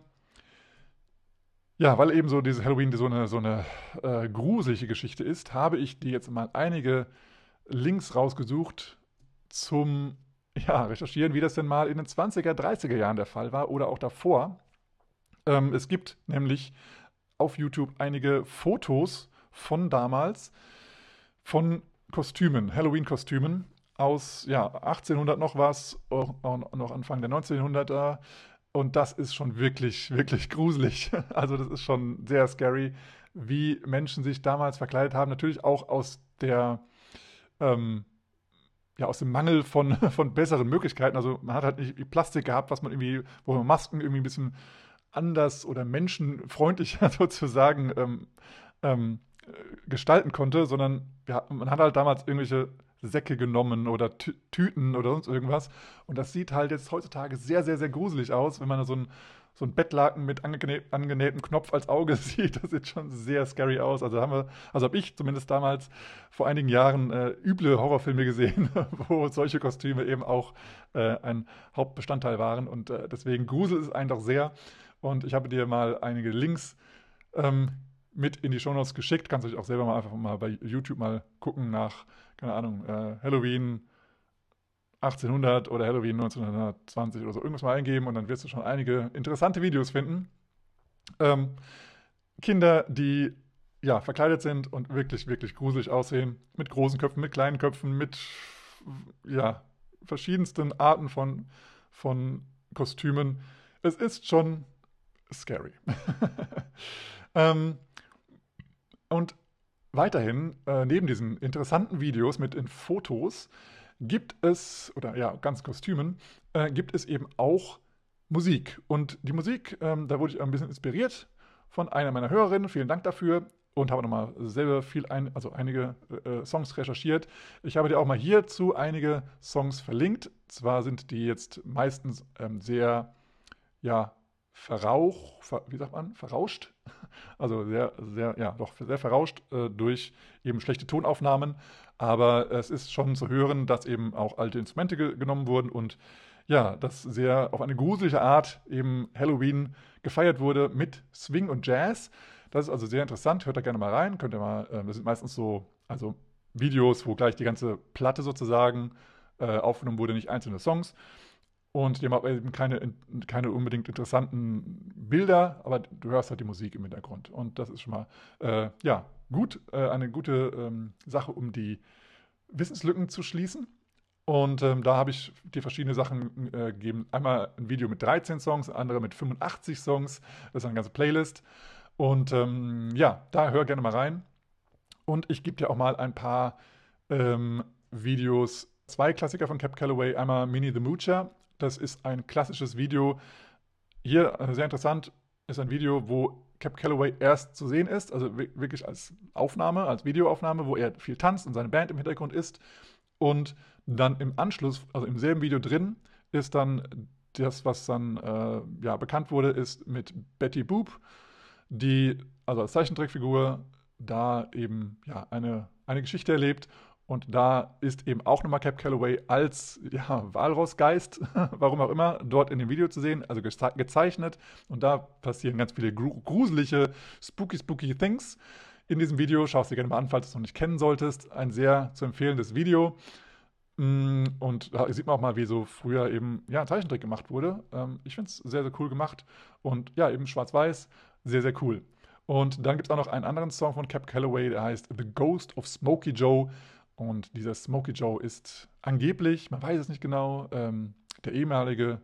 ja, weil eben so dieses Halloween so eine, so eine äh, gruselige Geschichte ist, habe ich dir jetzt mal einige Links rausgesucht zum ja, Recherchieren, wie das denn mal in den zwanziger, dreißiger Jahren der Fall war oder auch davor. Ähm, es gibt nämlich auf YouTube einige Fotos von damals, von Kostümen, Halloween-Kostümen aus ja, achtzehnhundert noch was, auch, auch noch Anfang der neunzehnhunderter. Und das ist schon wirklich, wirklich gruselig. Also das ist schon sehr scary, wie Menschen sich damals verkleidet haben. Natürlich auch aus der, ähm, ja, aus dem Mangel von, von besseren Möglichkeiten. Also man hat halt nicht Plastik gehabt, was man irgendwie, wo man Masken irgendwie ein bisschen anders oder menschenfreundlicher sozusagen ähm, ähm, gestalten konnte, sondern ja, man hat halt damals irgendwelche Säcke genommen oder Tü- Tüten oder sonst irgendwas. Und das sieht halt jetzt heutzutage sehr, sehr, sehr gruselig aus, wenn man so ein, so ein Bettlaken mit angenä- angenähtem Knopf als Auge sieht. Das sieht schon sehr scary aus. Also haben wir, also habe ich zumindest damals vor einigen Jahren äh, üble Horrorfilme gesehen, wo solche Kostüme eben auch äh, ein Hauptbestandteil waren. Und äh, deswegen gruselt es einen doch sehr. Und ich habe dir mal einige Links ähm, mit in die Shownotes geschickt. Kannst du dich auch selber mal einfach mal bei YouTube mal gucken nach, keine Ahnung, äh, Halloween achtzehnhundert oder Halloween neunzehnhundertzwanzig oder so. Irgendwas mal eingeben und dann wirst du schon einige interessante Videos finden. Ähm, Kinder, die ja verkleidet sind und wirklich, wirklich gruselig aussehen. Mit großen Köpfen, mit kleinen Köpfen, mit ja, verschiedensten Arten von, von Kostümen. Es ist schon scary. ähm, Und weiterhin, äh, neben diesen interessanten Videos mit den Fotos, gibt es, oder ja, ganz Kostümen, äh, gibt es eben auch Musik. Und die Musik, ähm, da wurde ich ein bisschen inspiriert von einer meiner Hörerinnen. Vielen Dank dafür. und habe nochmal selber viel, ein, also einige äh, Songs recherchiert. Ich habe dir auch mal hierzu einige Songs verlinkt. Zwar sind die jetzt meistens ähm, sehr, ja, verrauch, ver, wie sagt man, verrauscht. Also sehr, sehr, ja, doch sehr verrauscht äh, durch eben schlechte Tonaufnahmen. Aber es ist schon zu hören, dass eben auch alte Instrumente ge genommen wurden und ja, dass sehr auf eine gruselige Art eben Halloween gefeiert wurde mit Swing und Jazz. Das ist also sehr interessant. Hört da gerne mal rein. Könnt ihr mal, äh, das sind meistens so, also Videos, wo gleich die ganze Platte sozusagen äh, aufgenommen wurde, nicht einzelne Songs. Und die haben auch eben keine, keine unbedingt interessanten Bilder, aber du hörst halt die Musik im Hintergrund. Und das ist schon mal, äh, ja, gut, äh, eine gute ähm, Sache, um die Wissenslücken zu schließen. Und ähm, da habe ich dir verschiedene Sachen äh, gegeben. Einmal ein Video mit dreizehn Songs, ein andere mit fünfundachtzig Songs. Das ist eine ganze Playlist. Und ähm, ja, da hör gerne mal rein. Und ich gebe dir auch mal ein paar ähm, Videos, zwei Klassiker von Cab Calloway. Einmal Minnie the Moocher. Das ist ein klassisches Video. Hier, äh, sehr interessant, ist ein Video, wo Cab Calloway erst zu sehen ist, also wirklich als Aufnahme, als Videoaufnahme, wo er viel tanzt und seine Band im Hintergrund ist. Und dann im Anschluss, also im selben Video drin, ist dann das, was dann äh, ja, bekannt wurde, ist mit Betty Boop, die also als Zeichentrickfigur da eben ja, eine, eine Geschichte erlebt. Und da ist eben auch nochmal Cab Calloway als ja, Walrossgeist, warum auch immer, dort in dem Video zu sehen, also geze gezeichnet. Und da passieren ganz viele gru gruselige, spooky, spooky Things. In diesem Video, schaust du dir gerne mal an, falls du es noch nicht kennen solltest. Ein sehr zu empfehlendes Video. Und da sieht man auch mal, wie so früher eben ja, ein Zeichentrick gemacht wurde. Ich finde es sehr, sehr cool gemacht. Und ja, eben schwarz-weiß, sehr, sehr cool. Und dann gibt es auch noch einen anderen Song von Cab Calloway, der heißt The Ghost of Smokey Joe. Und dieser Smokey Joe ist angeblich, man weiß es nicht genau, ähm, der ehemalige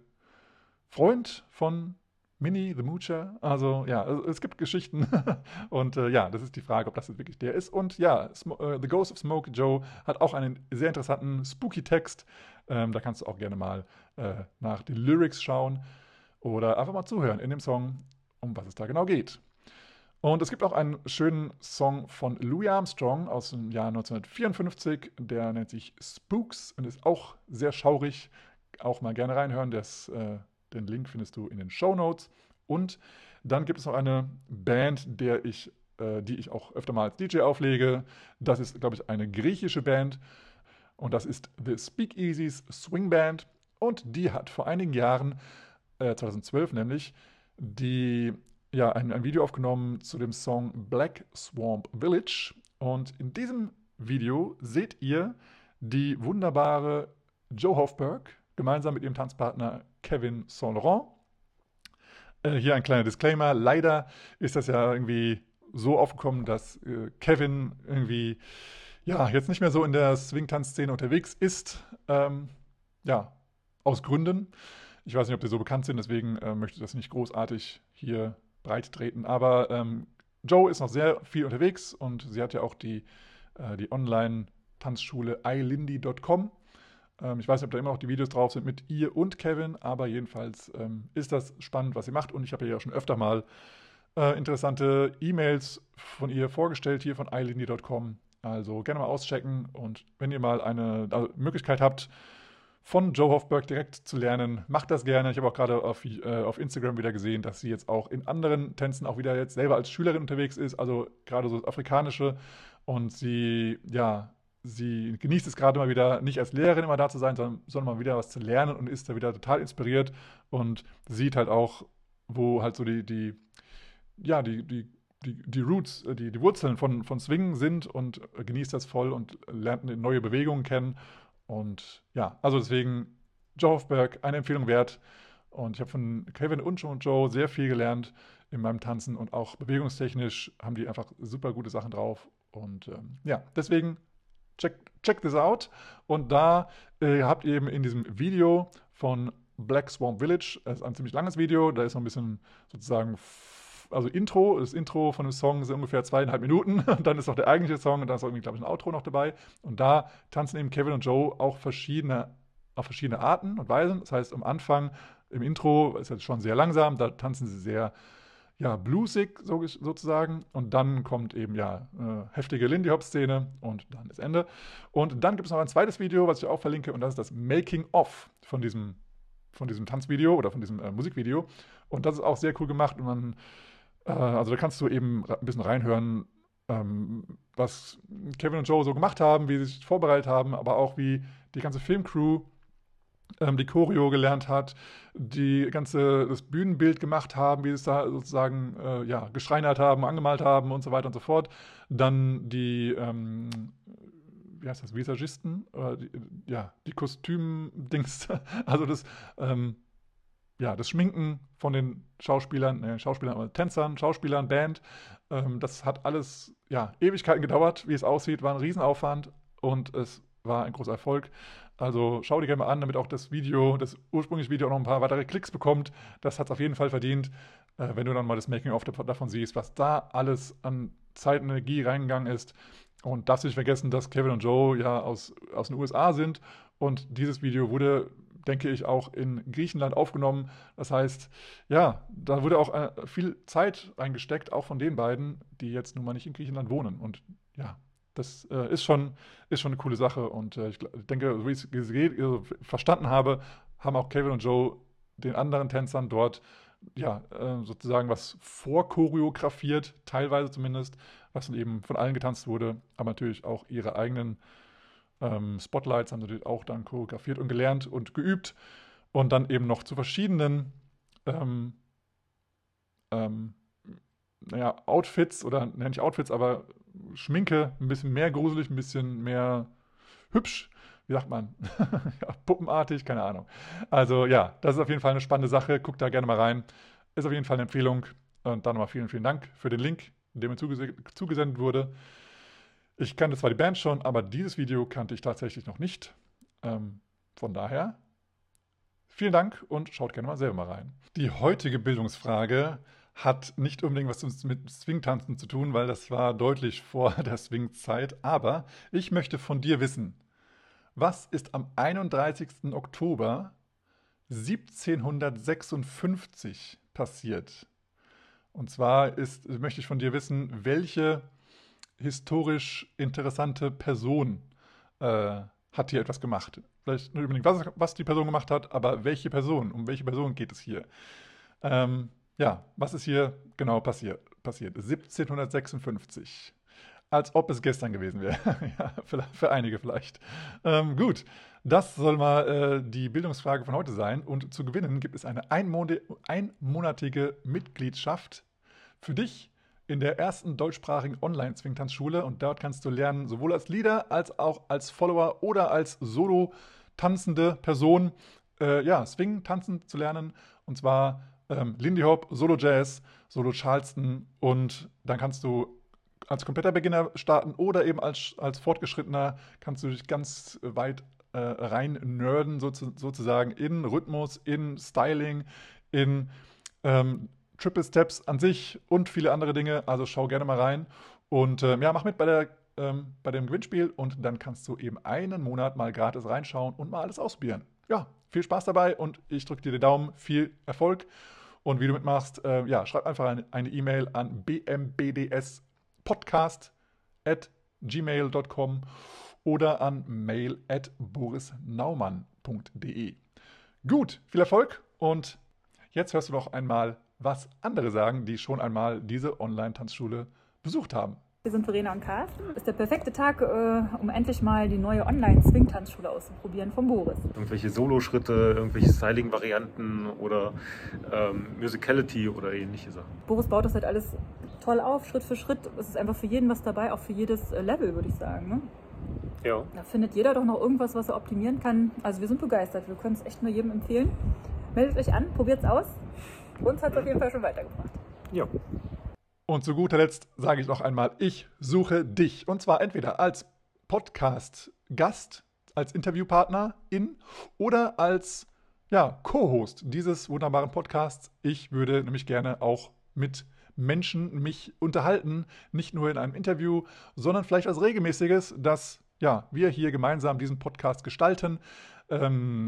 Freund von Minnie the Moocher. Also ja, also, es gibt Geschichten. Und äh, ja, das ist die Frage, ob das jetzt wirklich der ist. Und ja, Sm äh, The Ghost of Smokey Joe hat auch einen sehr interessanten Spooky-Text. Ähm, da kannst du auch gerne mal äh, nach den Lyrics schauen oder einfach mal zuhören in dem Song, um was es da genau geht. Und es gibt auch einen schönen Song von Louis Armstrong aus dem Jahr neunzehnhundertvierundfünfzig, der nennt sich Spooks und ist auch sehr schaurig. Auch mal gerne reinhören, das, äh, den Link findest du in den Shownotes. Und dann gibt es noch eine Band, der ich, äh, die ich auch öfter mal als D J auflege. Das ist, glaube ich, eine griechische Band und das ist The Speakeasies Swing Band. Und die hat vor einigen Jahren, äh, zweitausendzwölf nämlich, die ja, ein, ein Video aufgenommen zu dem Song Black Swamp Village. Und in diesem Video seht ihr die wunderbare Jo Hofberg gemeinsam mit ihrem Tanzpartner Kevin Saint-Laurent. Äh, hier ein kleiner Disclaimer. Leider ist das ja irgendwie so aufgekommen, dass äh, Kevin irgendwie ja, jetzt nicht mehr so in der Swing-Tanz-Szene unterwegs ist. Ähm, ja, aus Gründen. Ich weiß nicht, ob die so bekannt sind, deswegen äh, möchte ich das nicht großartig hier breit treten. Aber ähm, Jo ist noch sehr viel unterwegs und sie hat ja auch die, äh, die Online-Tanzschule i lindy punkt com. Ähm, ich weiß nicht, ob da immer noch die Videos drauf sind mit ihr und Kevin, aber jedenfalls ähm, ist das spannend, was sie macht. Und ich habe ja auch schon öfter mal äh, interessante E-Mails von ihr vorgestellt, hier von i lindy punkt com. Also gerne mal auschecken und wenn ihr mal eine also Möglichkeit habt, von Jo Hofberg direkt zu lernen, macht das gerne. Ich habe auch gerade auf, äh, auf Instagram wieder gesehen, dass sie jetzt auch in anderen Tänzen auch wieder jetzt selber als Schülerin unterwegs ist, also gerade so afrikanische. Und sie, ja, sie genießt es gerade mal wieder, nicht als Lehrerin immer da zu sein, sondern, sondern mal wieder was zu lernen und ist da wieder total inspiriert und sieht halt auch, wo halt so die, die ja, die, die, die, die Roots, die, die Wurzeln von, von Swing sind und genießt das voll und lernt neue Bewegungen kennen. Und ja, also deswegen Jo Hofberg, eine Empfehlung wert. Und ich habe von Kevin und Jo sehr viel gelernt in meinem Tanzen und auch bewegungstechnisch haben die einfach super gute Sachen drauf. Und ähm, ja, deswegen check, check this out. Und da äh, habt ihr eben in diesem Video von Black Swamp Village, das ist ein ziemlich langes Video, da ist noch ein bisschen sozusagen, also Intro, das Intro von dem Song sind ungefähr zweieinhalb Minuten und dann ist noch der eigentliche Song und dann ist auch irgendwie, glaube ich, ein Outro noch dabei. Und da tanzen eben Kevin und Jo auch verschiedene, auf verschiedene Arten und Weisen. Das heißt, am Anfang, im Intro ist es schon sehr langsam, da tanzen sie sehr, ja, bluesig so, sozusagen. Und dann kommt eben ja äh, heftige Lindy-Hop-Szene und dann ist Ende. Und dann gibt es noch ein zweites Video, was ich auch verlinke, und das ist das Making-of von diesem, von diesem Tanzvideo oder von diesem äh, Musikvideo. Und das ist auch sehr cool gemacht. Und man, äh, also da kannst du eben ein bisschen reinhören, ähm, was Kevin und Joe so gemacht haben, wie sie sich vorbereitet haben, aber auch wie die ganze Filmcrew ähm, die Choreo gelernt hat, die ganze das Bühnenbild gemacht haben, wie sie es da sozusagen äh, ja, geschreinert haben, angemalt haben und so weiter und so fort. Dann die, ähm, wie heißt das, Visagisten, äh, die, ja, die Kostüm-Dings, also das, ähm, ja, das Schminken von den Schauspielern, äh, Schauspielern, aber Tänzern, Schauspielern, Band, ähm, das hat alles, ja, Ewigkeiten gedauert, wie es aussieht, war ein Riesenaufwand und es war ein großer Erfolg. Also schau dir gerne mal an, damit auch das Video, das ursprüngliche Video auch noch ein paar weitere Klicks bekommt. Das hat es auf jeden Fall verdient, äh, wenn du dann mal das Making-of davon siehst, was da alles an Zeit und Energie reingegangen ist. Und darfst nicht vergessen, dass Kevin und Joe ja aus, aus den U S A sind und dieses Video wurde, denke ich, auch in Griechenland aufgenommen. Das heißt, ja, da wurde auch äh, viel Zeit reingesteckt, auch von den beiden, die jetzt nun mal nicht in Griechenland wohnen. Und ja, das äh, ist, schon, ist schon eine coole Sache. Und äh, ich denke, so wie ich es also verstanden habe, haben auch Kevin und Joe den anderen Tänzern dort ja, äh, sozusagen was vorchoreografiert, teilweise zumindest, was dann eben von allen getanzt wurde, aber natürlich auch ihre eigenen ähm, Spotlights haben natürlich auch dann choreografiert und gelernt und geübt und dann eben noch zu verschiedenen ähm, ähm, naja, Outfits oder nenne ich Outfits, aber Schminke, ein bisschen mehr gruselig, ein bisschen mehr hübsch, wie sagt man, ja, puppenartig, keine Ahnung. Also ja, das ist auf jeden Fall eine spannende Sache, guckt da gerne mal rein, ist auf jeden Fall eine Empfehlung und dann nochmal vielen, vielen Dank für den Link, der mir zuges- zugesendet wurde. Ich kannte zwar die Band schon, aber dieses Video kannte ich tatsächlich noch nicht. Ähm, von daher, vielen Dank und schaut gerne mal selber mal rein. Die heutige Bildungsfrage hat nicht unbedingt was mit Swingtanzen zu tun, weil das war deutlich vor der Swingzeit. Aber ich möchte von dir wissen, was ist am einunddreißigsten Oktober siebzehnhundertsechsundfünfzig passiert? Und zwar ist, möchte ich von dir wissen, welche historisch interessante Person äh, hat hier etwas gemacht. Vielleicht nicht unbedingt, was, was die Person gemacht hat, aber welche Person, um welche Person geht es hier? Ähm, ja, was ist hier genau passiert? passiert? siebzehnhundertsechsundfünfzig. Als ob es gestern gewesen wäre. Ja, für, für einige vielleicht. Ähm, gut, das soll mal äh, die Bildungsfrage von heute sein. Und zu gewinnen gibt es eine einmonat- einmonatige Mitgliedschaft für dich in der ersten deutschsprachigen Online-Swingtanzschule. Und dort kannst du lernen, sowohl als Leader als auch als Follower oder als Solo-tanzende Person, äh, ja, Swing tanzen zu lernen. Und zwar ähm, Lindy Hop, Solo Jazz, Solo Charleston. Und dann kannst du als kompletter Beginner starten oder eben als, als Fortgeschrittener kannst du dich ganz weit äh, rein nerden, so, sozusagen in Rhythmus, in Styling, in ähm, Triple Steps an sich und viele andere Dinge. Also schau gerne mal rein und ähm, ja, mach mit bei, der, ähm, bei dem Gewinnspiel und dann kannst du eben einen Monat mal gratis reinschauen und mal alles ausprobieren. Ja, viel Spaß dabei und ich drücke dir die Daumen, viel Erfolg. Und wie du mitmachst, äh, ja, schreib einfach eine, eine E-Mail an b m b d s podcast at gmail dot com oder an mail at borisnaumann punkt de. Gut, viel Erfolg und jetzt hörst du noch einmal, was andere sagen, die schon einmal diese Online-Tanzschule besucht haben. Wir sind Verena und Carsten. Das ist der perfekte Tag, äh, um endlich mal die neue Online-Swing-Tanzschule auszuprobieren von Boris. Irgendwelche Soloschritte, irgendwelche Styling-Varianten oder ähm, Musicality oder ähnliche Sachen. Boris baut das halt alles toll auf, Schritt für Schritt. Es ist einfach für jeden was dabei, auch für jedes äh, Level, würde ich sagen. Ne? Ja. Da findet jeder doch noch irgendwas, was er optimieren kann. Also wir sind begeistert. Wir können es echt nur jedem empfehlen. Meldet euch an, probiert es aus. Uns hat es auf jeden Fall schon weitergebracht. Ja. Und zu guter Letzt sage ich noch einmal, ich suche dich. Und zwar entweder als Podcast-Gast, als Interviewpartner in oder als ja, Co-Host dieses wunderbaren Podcasts. Ich würde nämlich gerne auch mit Menschen mich unterhalten, nicht nur in einem Interview, sondern vielleicht als regelmäßiges, dass ja, wir hier gemeinsam diesen Podcast gestalten. Ähm,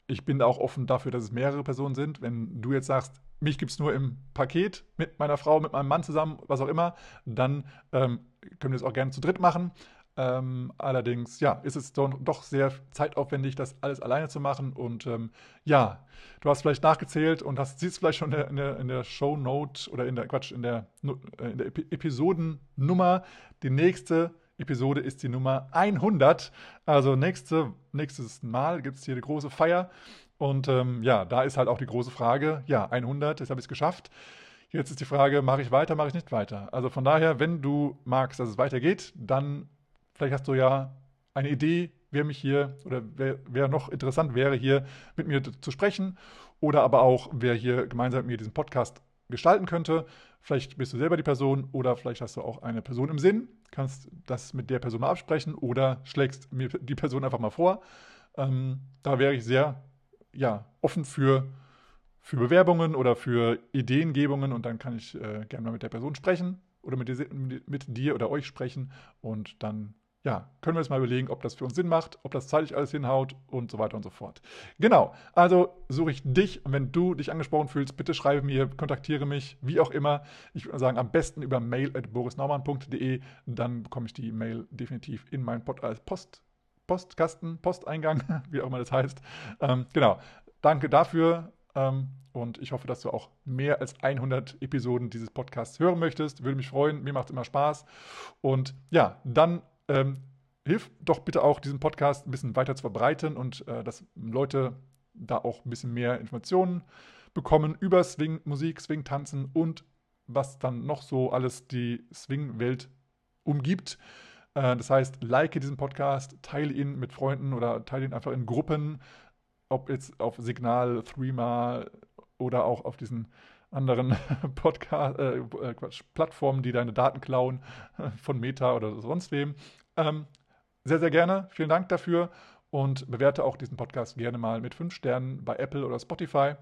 ich bin da auch offen dafür, dass es mehrere Personen sind. Wenn du jetzt sagst, mich gibt es nur im Paket mit meiner Frau, mit meinem Mann zusammen, was auch immer, dann ähm, können wir es auch gerne zu dritt machen. Ähm, allerdings, ja, ist es doch, doch sehr zeitaufwendig, das alles alleine zu machen. Und ähm, ja, du hast vielleicht nachgezählt und hast, siehst vielleicht schon in der, in der, in der Shownote oder in der, Quatsch, in der, in der Ep- Episodennummer. Die nächste Episode ist die Nummer hundert. Also nächste, nächstes Mal gibt es hier eine große Feier. Und ähm, ja, da ist halt auch die große Frage, ja, hundert, jetzt habe ich es geschafft. Jetzt ist die Frage, mache ich weiter, mache ich nicht weiter? Also von daher, wenn du magst, dass es weitergeht, dann vielleicht hast du ja eine Idee, wer mich hier oder wer, wer noch interessant wäre, hier mit mir zu sprechen oder aber auch, wer hier gemeinsam mit mir diesen Podcast gestalten könnte. Vielleicht bist du selber die Person oder vielleicht hast du auch eine Person im Sinn, kannst das mit der Person mal absprechen oder schlägst mir die Person einfach mal vor. Ähm, da wäre ich sehr ja, offen für, für Bewerbungen oder für Ideengebungen und dann kann ich äh, gerne mal mit der Person sprechen oder mit, dir, mit dir oder euch sprechen und dann ja, können wir uns mal überlegen, ob das für uns Sinn macht, ob das zeitlich alles hinhaut und so weiter und so fort. Genau, also suche ich dich und wenn du dich angesprochen fühlst, bitte schreibe mir, kontaktiere mich, wie auch immer. Ich würde sagen, am besten über mail at borisnaumann punkt de, dann bekomme ich die Mail definitiv in meinen Pod als Post, Postkasten, Posteingang, wie auch immer das heißt. Ähm, genau, danke dafür ähm, und ich hoffe, dass du auch mehr als hundert Episoden dieses Podcasts hören möchtest. Würde mich freuen, mir macht es immer Spaß. Und ja, dann Ähm, hilf doch bitte auch, diesen Podcast ein bisschen weiter zu verbreiten und äh, dass Leute da auch ein bisschen mehr Informationen bekommen über Swing-Musik, Swing-Tanzen und was dann noch so alles die Swing-Welt umgibt. Äh, das heißt, like diesen Podcast, teile ihn mit Freunden oder teile ihn einfach in Gruppen, ob jetzt auf Signal, Threema oder auch auf diesen anderen Podcast, äh, Quatsch, Plattformen, die deine Daten klauen, von Meta oder sonst wem. Ähm, sehr, sehr gerne. Vielen Dank dafür und bewerte auch diesen Podcast gerne mal mit fünf Sternen bei Apple oder Spotify.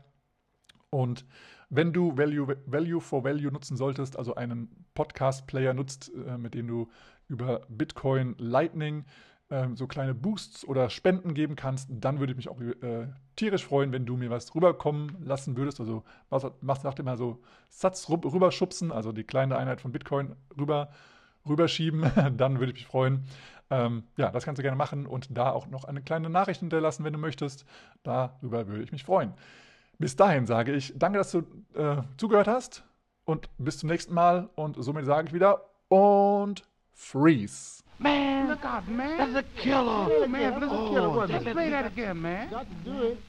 Und wenn du Value, Value for Value nutzen solltest, also einen Podcast-Player nutzt, äh, mit dem du über Bitcoin Lightning äh, so kleine Boosts oder Spenden geben kannst, dann würde ich mich auch äh, tierisch freuen, wenn du mir was rüberkommen lassen würdest. Also machst nach dem mal so Satz rüberschubsen, also die kleine Einheit von Bitcoin rüber rüberschieben, dann würde ich mich freuen. Ähm, ja, das kannst du gerne machen und da auch noch eine kleine Nachricht hinterlassen, wenn du möchtest. Darüber würde ich mich freuen. Bis dahin sage ich, danke, dass du äh, zugehört hast und bis zum nächsten Mal und somit sage ich wieder und freeze. Man, look out, man. That's a killer. Oh, man, that's a killer. Oh, let's play that again, man. Got to do it.